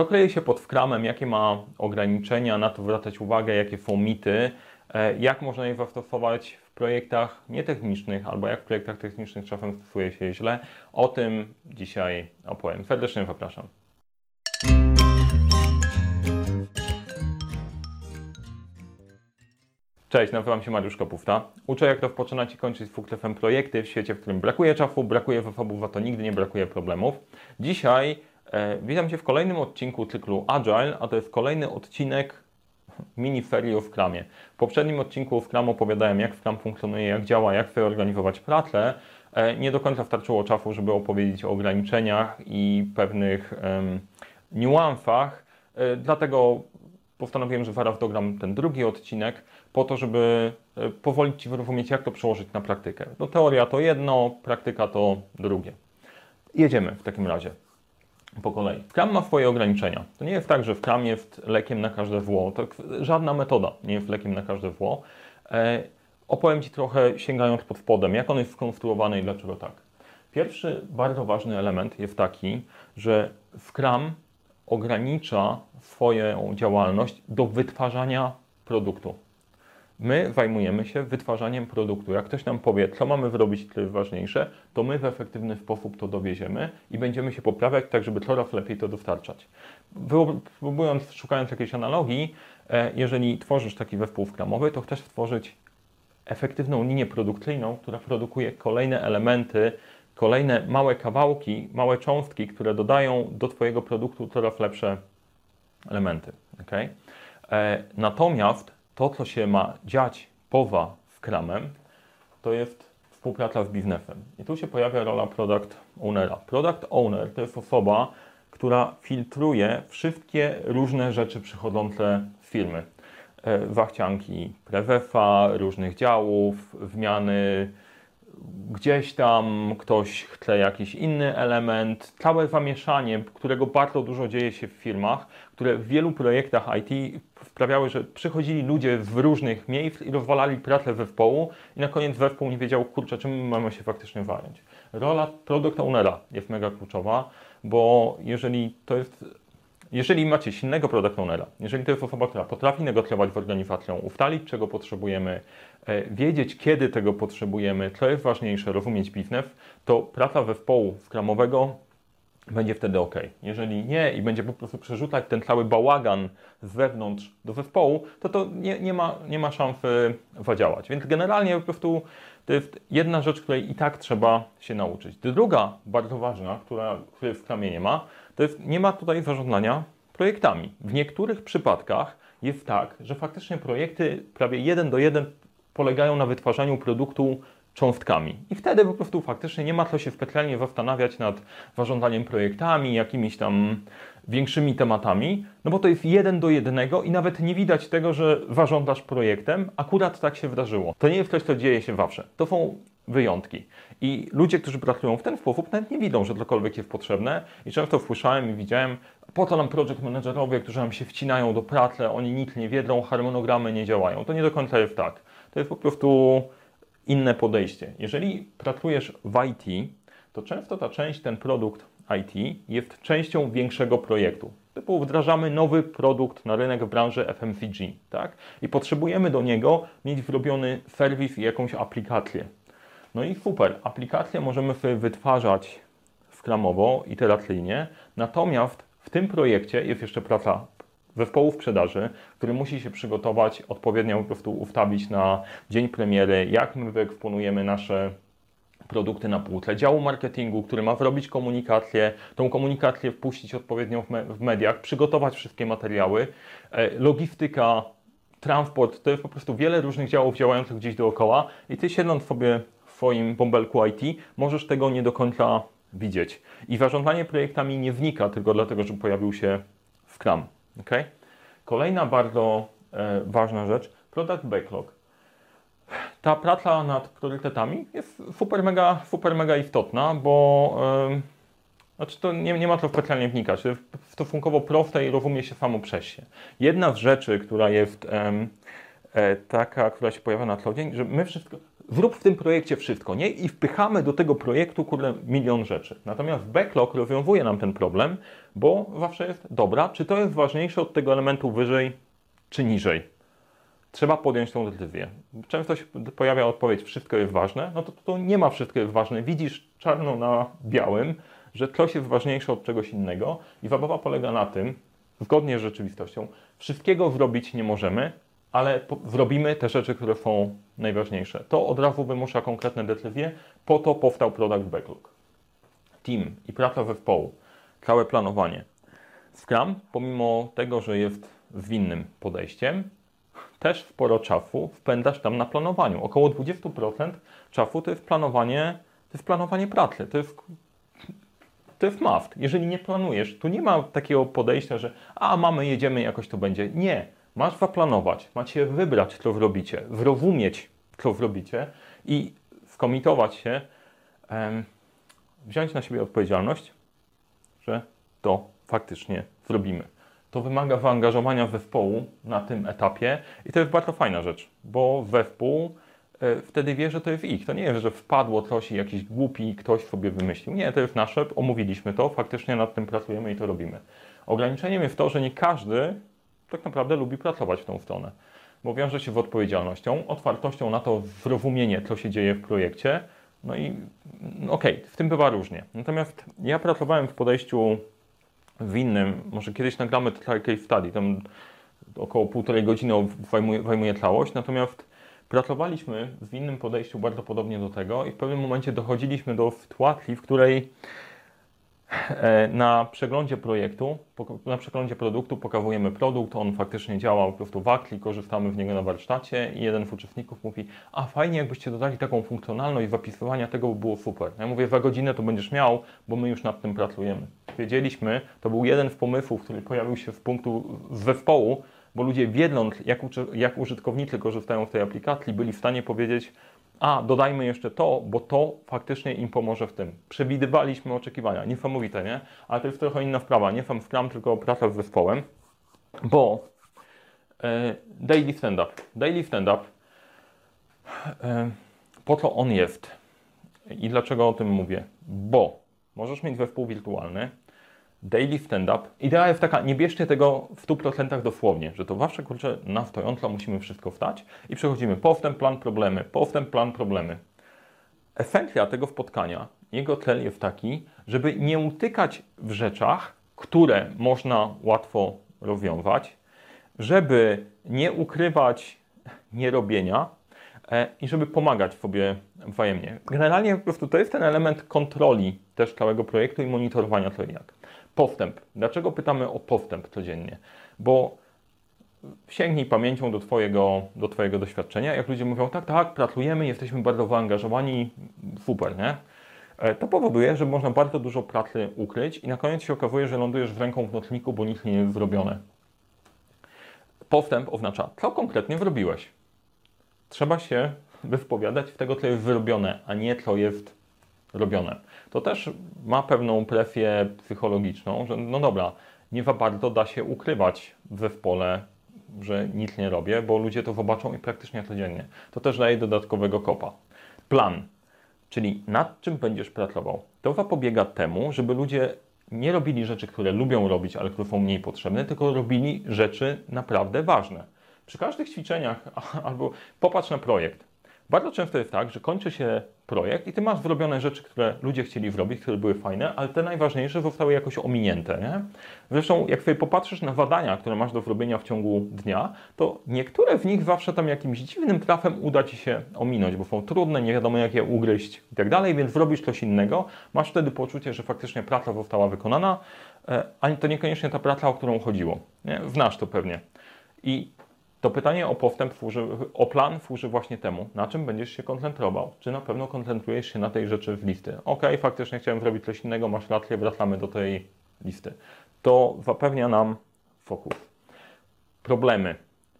Co kryje się pod Scrumem, jakie ma ograniczenia, na to zwracać uwagę, jakie są mity, jak można je zastosować w projektach nietechnicznych, albo jak w projektach technicznych czasem stosuje się je źle. O tym dzisiaj opowiem. Serdecznie zapraszam. Cześć, nazywam się Mariusz Kapufta. Uczę, jak rozpoczynać i kończyć z sukcesem projekty w świecie, w którym brakuje czasu, brakuje zasobów, a to nigdy nie brakuje problemów. Dzisiaj witam Cię w kolejnym odcinku cyklu Agile, a to jest kolejny odcinek miniserii o Scrumie. W poprzednim odcinku o Scrum opowiadałem, jak Scrum funkcjonuje, jak działa, jak wyorganizować pracę. Nie do końca starczyło czasu, żeby opowiedzieć o ograniczeniach i pewnych niuansach, dlatego postanowiłem, że zaraz dogram ten drugi odcinek po to, żeby pozwolić Ci zrozumieć, jak to przełożyć na praktykę. No, teoria to jedno, praktyka to drugie. Jedziemy w takim razie po kolei. Scrum ma swoje ograniczenia. To nie jest tak, że Scrum jest lekiem na każde zło. To żadna metoda nie jest lekiem na każde zło. Opowiem Ci trochę, sięgając pod spodem, jak on jest skonstruowany i dlaczego tak. Pierwszy bardzo ważny element jest taki, że Scrum ogranicza swoją działalność do wytwarzania produktu. My zajmujemy się wytwarzaniem produktu. Jak ktoś nam powie, co mamy zrobić, co jest ważniejsze, to my w efektywny sposób to dowieziemy i będziemy się poprawiać tak, żeby coraz lepiej to dostarczać. Próbując, szukając jakiejś analogii, jeżeli tworzysz taki zespół scrumowy, to chcesz stworzyć efektywną linię produkcyjną, która produkuje kolejne elementy, kolejne małe kawałki, małe cząstki, które dodają do Twojego produktu coraz lepsze elementy. Okay? Natomiast to, co się ma dziać poza Scrumem, to jest współpraca z biznesem. I tu się pojawia rola Product Ownera. Product Owner to jest osoba, która filtruje wszystkie różne rzeczy przychodzące z firmy. Zachcianki prezesa, różnych działów, zmiany gdzieś tam, ktoś chce jakiś inny element, całe zamieszanie, którego bardzo dużo dzieje się w firmach, które w wielu projektach IT sprawiały, że przychodzili ludzie z różnych miejsc i rozwalali pracę zespołu i na koniec zespół nie wiedział, kurczę, czym mamy się faktycznie zająć. Rola Product Ownera jest mega kluczowa, bo jeżeli macie silnego Product Ownera, jeżeli to jest osoba, która potrafi negocjować z organizacją, ustalić, czego potrzebujemy, wiedzieć, kiedy tego potrzebujemy, co jest ważniejsze, rozumieć biznes, to praca zespołu scrumowego będzie wtedy ok. Jeżeli nie i będzie po prostu przerzucać ten cały bałagan z wewnątrz do zespołu, to nie ma szansy zadziałać. Więc generalnie po prostu to jest jedna rzecz, której i tak trzeba się nauczyć. Druga, bardzo ważna, której w Scrumie nie ma, to jest nie ma tutaj zarządzania projektami. W niektórych przypadkach jest tak, że faktycznie projekty prawie 1 do 1 polegają na wytwarzaniu produktu cząstkami. I wtedy po prostu faktycznie nie ma co się specjalnie zastanawiać nad zarządzaniem projektami, jakimiś tam większymi tematami, no bo to jest 1 do 1 i nawet nie widać tego, że zarządzasz projektem. Akurat tak się wydarzyło. To nie jest coś, co dzieje się zawsze. To są wyjątki. I ludzie, którzy pracują w ten sposób, nawet nie widzą, że cokolwiek jest potrzebne. I często słyszałem i widziałem, po to nam project managerowie, którzy nam się wcinają do pracy, oni nic nie wiedzą, harmonogramy nie działają. To nie do końca jest tak. To jest po prostu inne podejście. Jeżeli pracujesz w IT, to często ta część, ten produkt IT jest częścią większego projektu. Typu wdrażamy nowy produkt na rynek w branży FMCG, tak? I potrzebujemy do niego mieć zrobiony serwis i jakąś aplikację. No i super, aplikację możemy sobie wytwarzać scrumowo, iteracyjnie, natomiast w tym projekcie jest jeszcze praca zespołu sprzedaży, który musi się przygotować, odpowiednio po prostu ustawić na dzień premiery, jak my wyeksponujemy nasze produkty na półce, działu marketingu, który ma zrobić komunikację, tą komunikację wpuścić odpowiednio w mediach, przygotować wszystkie materiały, logistyka, transport, to jest po prostu wiele różnych działów działających gdzieś dookoła i Ty siedząc sobie w swoim bąbelku IT, możesz tego nie do końca widzieć. I zarządzanie projektami nie wnika tylko dlatego, że pojawił się Scrum. Okay? Kolejna bardzo ważna rzecz, Product Backlog. Ta praca nad priorytetami jest super mega istotna, bo znaczy to nie ma co specjalnie wnikać. To jest stosunkowo proste i rozumie się samo przez się. Jedna z rzeczy, która jest taka, która się pojawia na co dzień, że my wszystko, zrób w tym projekcie wszystko, nie? I wpychamy do tego projektu, kurde, milion rzeczy. Natomiast backlog rozwiązuje nam ten problem, bo zawsze jest, dobra, czy to jest ważniejsze od tego elementu wyżej, czy niżej? Trzeba podjąć tą decyzję. Często się pojawia odpowiedź, wszystko jest ważne, no to nie ma wszystko jest ważne. Widzisz czarno na białym, że coś jest ważniejsze od czegoś innego i zabawa polega na tym, zgodnie z rzeczywistością, wszystkiego zrobić nie możemy, ale zrobimy te rzeczy, które są najważniejsze. To od razu wymusza konkretne decyzje, po to powstał Product Backlog. Team i praca zespołu, całe planowanie. Scrum, pomimo tego, że jest zwinnym podejściem, też sporo czasu wpędzasz tam na planowaniu. Około 20% czasu to jest planowanie pracy. To jest must. Jeżeli nie planujesz, tu nie ma takiego podejścia, że jedziemy, jakoś to będzie. Nie. Masz zaplanować, macie wybrać, co zrobicie, zrozumieć, co zrobicie i skomitować się, wziąć na siebie odpowiedzialność, że to faktycznie zrobimy. To wymaga zaangażowania zespołu na tym etapie i to jest bardzo fajna rzecz, bo zespół wtedy wie, że to jest ich. To nie jest, że wpadło coś i jakiś głupi ktoś sobie wymyślił. Nie, to jest nasze, omówiliśmy to, faktycznie nad tym pracujemy i to robimy. Ograniczeniem jest to, że nie każdy tak naprawdę lubi pracować w tą stronę, bo wiąże się z odpowiedzialnością, otwartością na to zrozumienie, co się dzieje w projekcie. No i okej, w tym bywa różnie. Natomiast ja pracowałem w podejściu w innym, może kiedyś nagramy case study, tam około 1,5 godziny zajmuje całość, natomiast pracowaliśmy w innym podejściu bardzo podobnie do tego i w pewnym momencie dochodziliśmy do sytuacji, w której na przeglądzie produktu pokazujemy produkt, on faktycznie działa po prostu w akcji, korzystamy z niego na warsztacie i jeden z uczestników mówi, fajnie jakbyście dodali taką funkcjonalność zapisywania, tego by było super. Ja mówię, za godzinę to będziesz miał, bo my już nad tym pracujemy. Wiedzieliśmy, to był jeden z pomysłów, który pojawił się z punktu zespołu, bo ludzie wiedząc, jak użytkownicy korzystają z tej aplikacji, byli w stanie powiedzieć, dodajmy jeszcze to, bo to faktycznie im pomoże w tym. Przewidywaliśmy oczekiwania. Niesamowite, nie? Ale to jest trochę inna sprawa. Nie sam Scrum, tylko praca z zespołem. Bo daily stand-up. Daily stand-up, po co on jest? I dlaczego o tym mówię? Bo możesz mieć zespół wirtualny, daily stand-up. Idea jest taka, nie bierzcie tego w 100% dosłownie, że to zawsze, kurczę, na stojąco musimy wszystko wstać i przechodzimy postęp, plan, problemy. Esencja tego spotkania, jego cel jest taki, żeby nie utykać w rzeczach, które można łatwo rozwiązać, żeby nie ukrywać nierobienia i żeby pomagać sobie wzajemnie. Generalnie po prostu to jest ten element kontroli też całego projektu i monitorowania co i jak. Postęp. Dlaczego pytamy o postęp codziennie? Bo sięgnij pamięcią do Twojego doświadczenia. Jak ludzie mówią, tak, pracujemy, jesteśmy bardzo zaangażowani, super, nie? To powoduje, że można bardzo dużo pracy ukryć i na koniec się okazuje, że lądujesz w ręką w nocniku, bo nic nie jest zrobione. Postęp oznacza, co konkretnie zrobiłeś. Trzeba się wypowiadać w tego, co jest zrobione, a nie co jest robione. To też ma pewną presję psychologiczną, że no dobra, nie za bardzo da się ukrywać w zespole, że nic nie robię, bo ludzie to zobaczą i praktycznie codziennie. To też daje dodatkowego kopa. Plan, czyli nad czym będziesz pracował. To zapobiega temu, żeby ludzie nie robili rzeczy, które lubią robić, ale które są mniej potrzebne, tylko robili rzeczy naprawdę ważne. Przy każdych ćwiczeniach albo popatrz na projekt. Bardzo często jest tak, że kończy się projekt i ty masz zrobione rzeczy, które ludzie chcieli zrobić, które były fajne, ale te najważniejsze zostały jakoś ominięte. Nie? Zresztą jak sobie popatrzysz na zadania, które masz do zrobienia w ciągu dnia, to niektóre z nich zawsze tam jakimś dziwnym trafem uda ci się ominąć, bo są trudne, nie wiadomo jak je ugryźć i tak dalej, więc zrobisz coś innego, masz wtedy poczucie, że faktycznie praca została wykonana, a to niekoniecznie ta praca, o którą chodziło. Nie? Znasz to pewnie. I to pytanie o plan służy właśnie temu, na czym będziesz się koncentrował. Czy na pewno koncentrujesz się na tej rzeczy z listy? Faktycznie chciałem zrobić coś innego, masz rację, wracamy do tej listy. To zapewnia nam fokus. Problemy.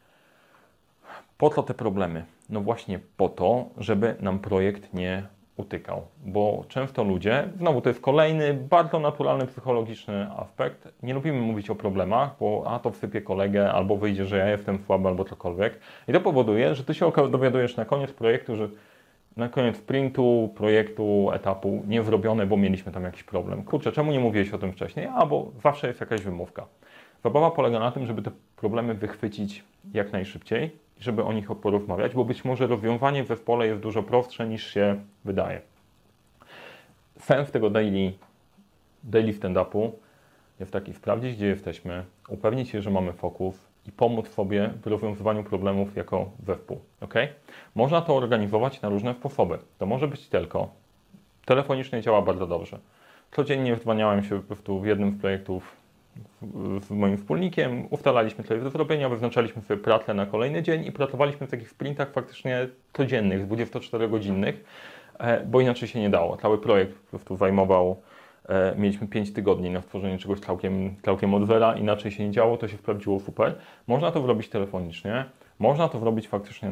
Po co te problemy? No właśnie po to, żeby nam projekt nie utykał, bo często ludzie, znowu to jest kolejny bardzo naturalny psychologiczny aspekt, nie lubimy mówić o problemach, bo to wsypie kolegę, albo wyjdzie, że ja jestem słaby, albo cokolwiek i to powoduje, że ty się dowiadujesz na koniec projektu, że na koniec sprintu, projektu, etapu nie zrobione, bo mieliśmy tam jakiś problem. Kurczę, czemu nie mówiłeś o tym wcześniej? Bo zawsze jest jakaś wymówka. Zabawa polega na tym, żeby te problemy wychwycić jak najszybciej, żeby o nich porozmawiać, bo być może rozwiązanie w zespole jest dużo prostsze niż się wydaje. Sens tego daily stand-upu jest taki: sprawdzić, gdzie jesteśmy, upewnić się, że mamy fokus i pomóc sobie w rozwiązywaniu problemów jako zespół. Okay? Można to organizować na różne sposoby. To może być tylko telefonicznie, działa bardzo dobrze. Codziennie wdzwaniałem się po prostu w jednym z projektów z moim wspólnikiem, ustalaliśmy coś do zrobienia, wyznaczaliśmy sobie pracę na kolejny dzień i pracowaliśmy w takich sprintach faktycznie codziennych, 24-godzinnych, bo inaczej się nie dało. Cały projekt po prostu zajmował, mieliśmy 5 tygodni na stworzenie czegoś całkiem od zera, inaczej się nie działo, to się sprawdziło super. Można to zrobić telefonicznie, można to zrobić faktycznie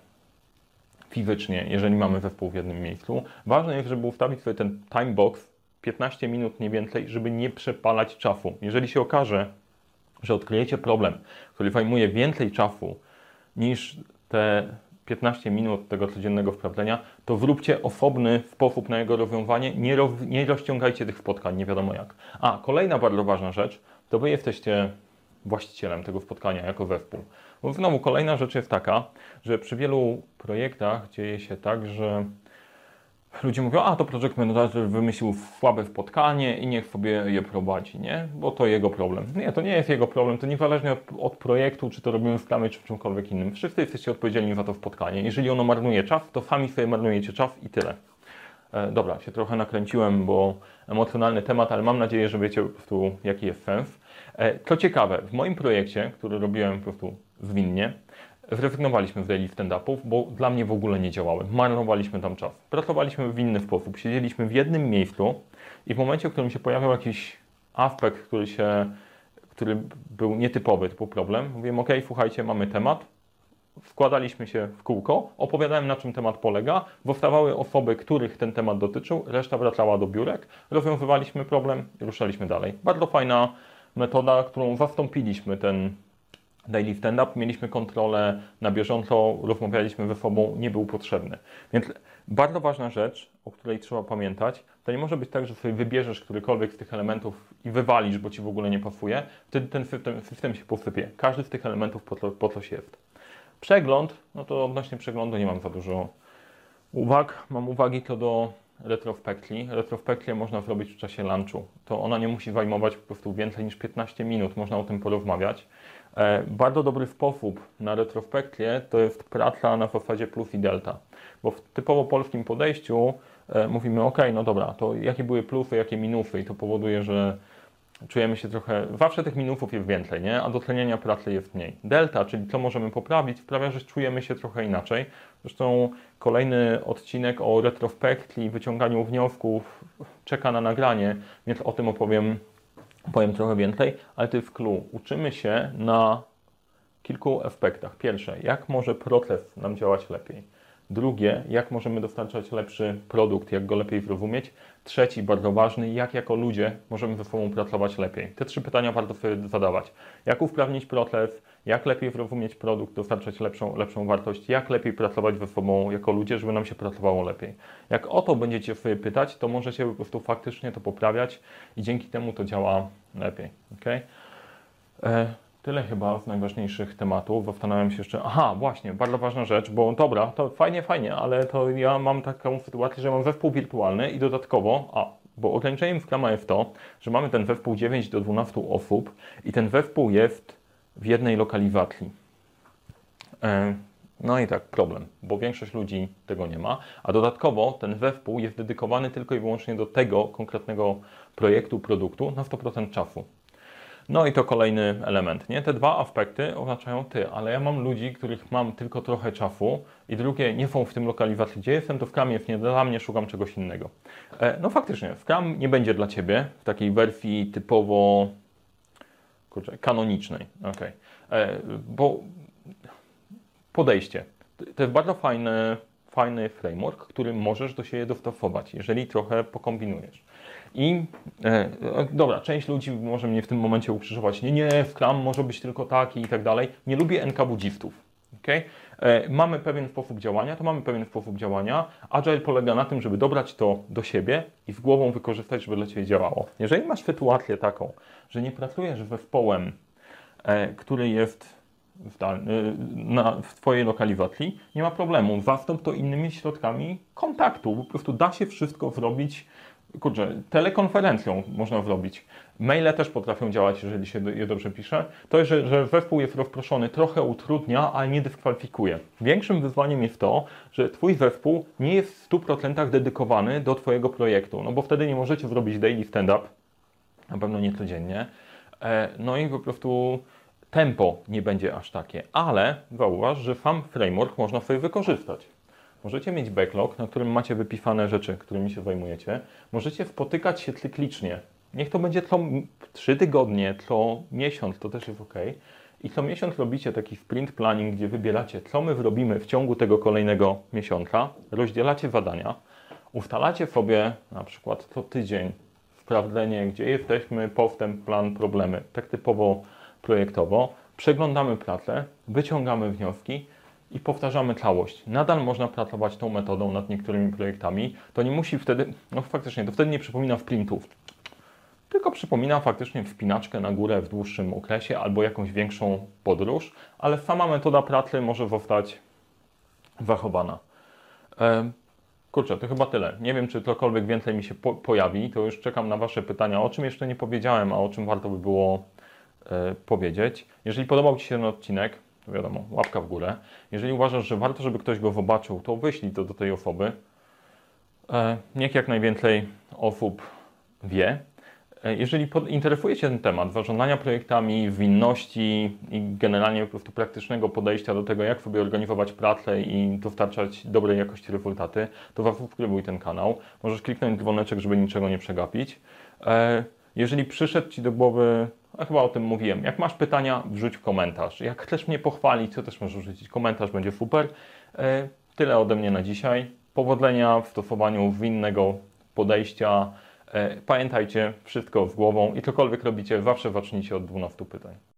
fizycznie, jeżeli mamy zespół w jednym miejscu. Ważne jest, żeby ustawić sobie ten time box 15 minut, nie więcej, żeby nie przepalać czasu. Jeżeli się okaże, że odkryjecie problem, który zajmuje więcej czasu niż te 15 minut tego codziennego sprawdzenia, to zróbcie osobny sposób na jego rozwiązanie, nie rozciągajcie tych spotkań, nie wiadomo jak. Kolejna bardzo ważna rzecz, to wy jesteście właścicielem tego spotkania jako zespół. Bo znowu kolejna rzecz jest taka, że przy wielu projektach dzieje się tak, że ludzie mówią, to project manager wymyślił słabe spotkanie i niech sobie je prowadzi, nie? Bo to jego problem. Nie, to nie jest jego problem, to niezależnie od projektu, czy to robimy w Scrumie, czy w czymkolwiek innym. Wszyscy jesteście odpowiedzialni za to spotkanie. Jeżeli ono marnuje czas, to sami sobie marnujecie czas i tyle. Dobra, się trochę nakręciłem, bo emocjonalny temat, ale mam nadzieję, że wiecie po prostu, jaki jest sens. Co ciekawe, w moim projekcie, który robiłem po prostu zwinnie, zrezygnowaliśmy z daily stand-upów, bo dla mnie w ogóle nie działały. Marnowaliśmy tam czas. Pracowaliśmy w inny sposób. Siedzieliśmy w jednym miejscu i w momencie, w którym się pojawiał jakiś aspekt, który był nietypowy, typu problem, mówiłem, słuchajcie, mamy temat. Wkładaliśmy się w kółko, opowiadałem, na czym temat polega, powstawały osoby, których ten temat dotyczył, reszta wracała do biurek, rozwiązywaliśmy problem i ruszaliśmy dalej. Bardzo fajna metoda, którą zastąpiliśmy ten daily stand-up, mieliśmy kontrolę na bieżąco, rozmawialiśmy ze sobą, nie był potrzebny. Więc bardzo ważna rzecz, o której trzeba pamiętać, to nie może być tak, że sobie wybierzesz którykolwiek z tych elementów i wywalisz, bo ci w ogóle nie pasuje, wtedy ten system się posypie. Każdy z tych elementów po coś jest. Przegląd, no to odnośnie przeglądu nie mam za dużo uwag. Mam uwagi co do retrospekcji. Retrospekcję można zrobić w czasie lunchu. To ona nie musi zajmować po prostu więcej niż 15 minut, można o tym porozmawiać. Bardzo dobry sposób na retrospekcję to jest praca na zasadzie plus i delta, bo w typowo polskim podejściu mówimy, no dobra, to jakie były plusy, jakie minusy i to powoduje, że czujemy się trochę, zawsze tych minusów jest więcej, nie? A doceniania pracy jest mniej. Delta, czyli co możemy poprawić, sprawia, że czujemy się trochę inaczej. Zresztą kolejny odcinek o retrospekcji, wyciąganiu wniosków czeka na nagranie, więc o tym powiem trochę więcej, ale to jest clue. Uczymy się na kilku aspektach. Pierwsze, jak może proces nam działać lepiej. Drugie, jak możemy dostarczać lepszy produkt, jak go lepiej zrozumieć. Trzeci, bardzo ważny, jak jako ludzie możemy ze sobą pracować lepiej. Te 3 pytania warto sobie zadawać. Jak usprawnić proces, jak lepiej zrozumieć produkt, dostarczać lepszą wartość, jak lepiej pracować ze sobą jako ludzie, żeby nam się pracowało lepiej. Jak o to będziecie sobie pytać, to możecie po prostu faktycznie to poprawiać i dzięki temu to działa lepiej. Okay? Tyle chyba z najważniejszych tematów. Zastanawiam się jeszcze... właśnie, bardzo ważna rzecz, bo dobra, to fajnie, ale to ja mam taką sytuację, że mam zespół wirtualny i dodatkowo... bo ograniczeniem Scruma jest to, że mamy ten zespół 9 do 12 osób i ten zespół jest w jednej lokalizacji. No i tak, problem, bo większość ludzi tego nie ma, a dodatkowo ten zespół jest dedykowany tylko i wyłącznie do tego konkretnego projektu, produktu na 100% czasu. No i to kolejny element, nie? Te 2 aspekty oznaczają ale ja mam ludzi, których mam tylko trochę czasu i drugie nie są w tym lokalizacji, gdzie jestem, to Scrum jest nie dla mnie, szukam czegoś innego. No faktycznie, Scrum nie będzie dla Ciebie w takiej wersji typowo kanonicznej, bo podejście. To jest bardzo fajny framework, który możesz do siebie dostosować, jeżeli trochę pokombinujesz. I dobra, część ludzi może mnie w tym momencie ukrzyżować. Nie, Scrum może być tylko taki i tak dalej. Nie lubię NKWDzistów. Okay? Mamy pewien sposób działania, to mamy pewien sposób działania. Agile polega na tym, żeby dobrać to do siebie i z głową wykorzystać, żeby dla Ciebie działało. Jeżeli masz sytuację taką, że nie pracujesz z zespołem, który jest w Twojej lokalizacji, nie ma problemu. Zastąp to innymi środkami kontaktu. Po prostu da się wszystko zrobić. Kurczę, telekonferencją można zrobić. Maile też potrafią działać, jeżeli się je dobrze pisze. To, że zespół jest rozproszony, trochę utrudnia, ale nie dyskwalifikuje. Większym wyzwaniem jest to, że Twój zespół nie jest w 100% dedykowany do Twojego projektu, no bo wtedy nie możecie zrobić daily stand-up, na pewno nie codziennie, no i po prostu tempo nie będzie aż takie, ale zauważ, że sam framework można sobie wykorzystać. Możecie mieć backlog, na którym macie wypisane rzeczy, którymi się zajmujecie. Możecie spotykać się cyklicznie. Niech to będzie co 3 tygodnie, co miesiąc, to też jest ok. I co miesiąc robicie taki sprint planning, gdzie wybieracie, co my zrobimy w ciągu tego kolejnego miesiąca, rozdzielacie zadania, ustalacie sobie na przykład co tydzień sprawdzenie, gdzie jesteśmy, postęp, plan, problemy, tak typowo projektowo, przeglądamy pracę, wyciągamy wnioski i powtarzamy całość. Nadal można pracować tą metodą nad niektórymi projektami. To nie musi wtedy, no faktycznie, to wtedy nie przypomina sprintów, tylko przypomina faktycznie wspinaczkę na górę w dłuższym okresie albo jakąś większą podróż, ale sama metoda pracy może zostać zachowana. Kurczę, to chyba tyle. Nie wiem, czy cokolwiek więcej mi się pojawi, to już czekam na Wasze pytania, o czym jeszcze nie powiedziałem, a o czym warto by było powiedzieć. Jeżeli podobał Ci się ten odcinek, to wiadomo, łapka w górę. Jeżeli uważasz, że warto, żeby ktoś go zobaczył, to wyślij to do tej osoby. Niech jak najwięcej osób wie. Jeżeli interesuje Cię ten temat zarządzania projektami, zwinności i generalnie po prostu praktycznego podejścia do tego, jak sobie organizować pracę i dostarczać dobrej jakości rezultaty, to zasubskrybuj ten kanał. Możesz kliknąć dzwoneczek, żeby niczego nie przegapić. Jeżeli przyszedł Ci do głowy, chyba o tym mówiłem, jak masz pytania, wrzuć w komentarz. Jak chcesz mnie pochwalić, to też możesz wrzucić komentarz, będzie super. Tyle ode mnie na dzisiaj. Powodzenia w stosowaniu zwinnego podejścia. Pamiętajcie, wszystko z głową i cokolwiek robicie, zawsze zacznijcie od 12 pytań.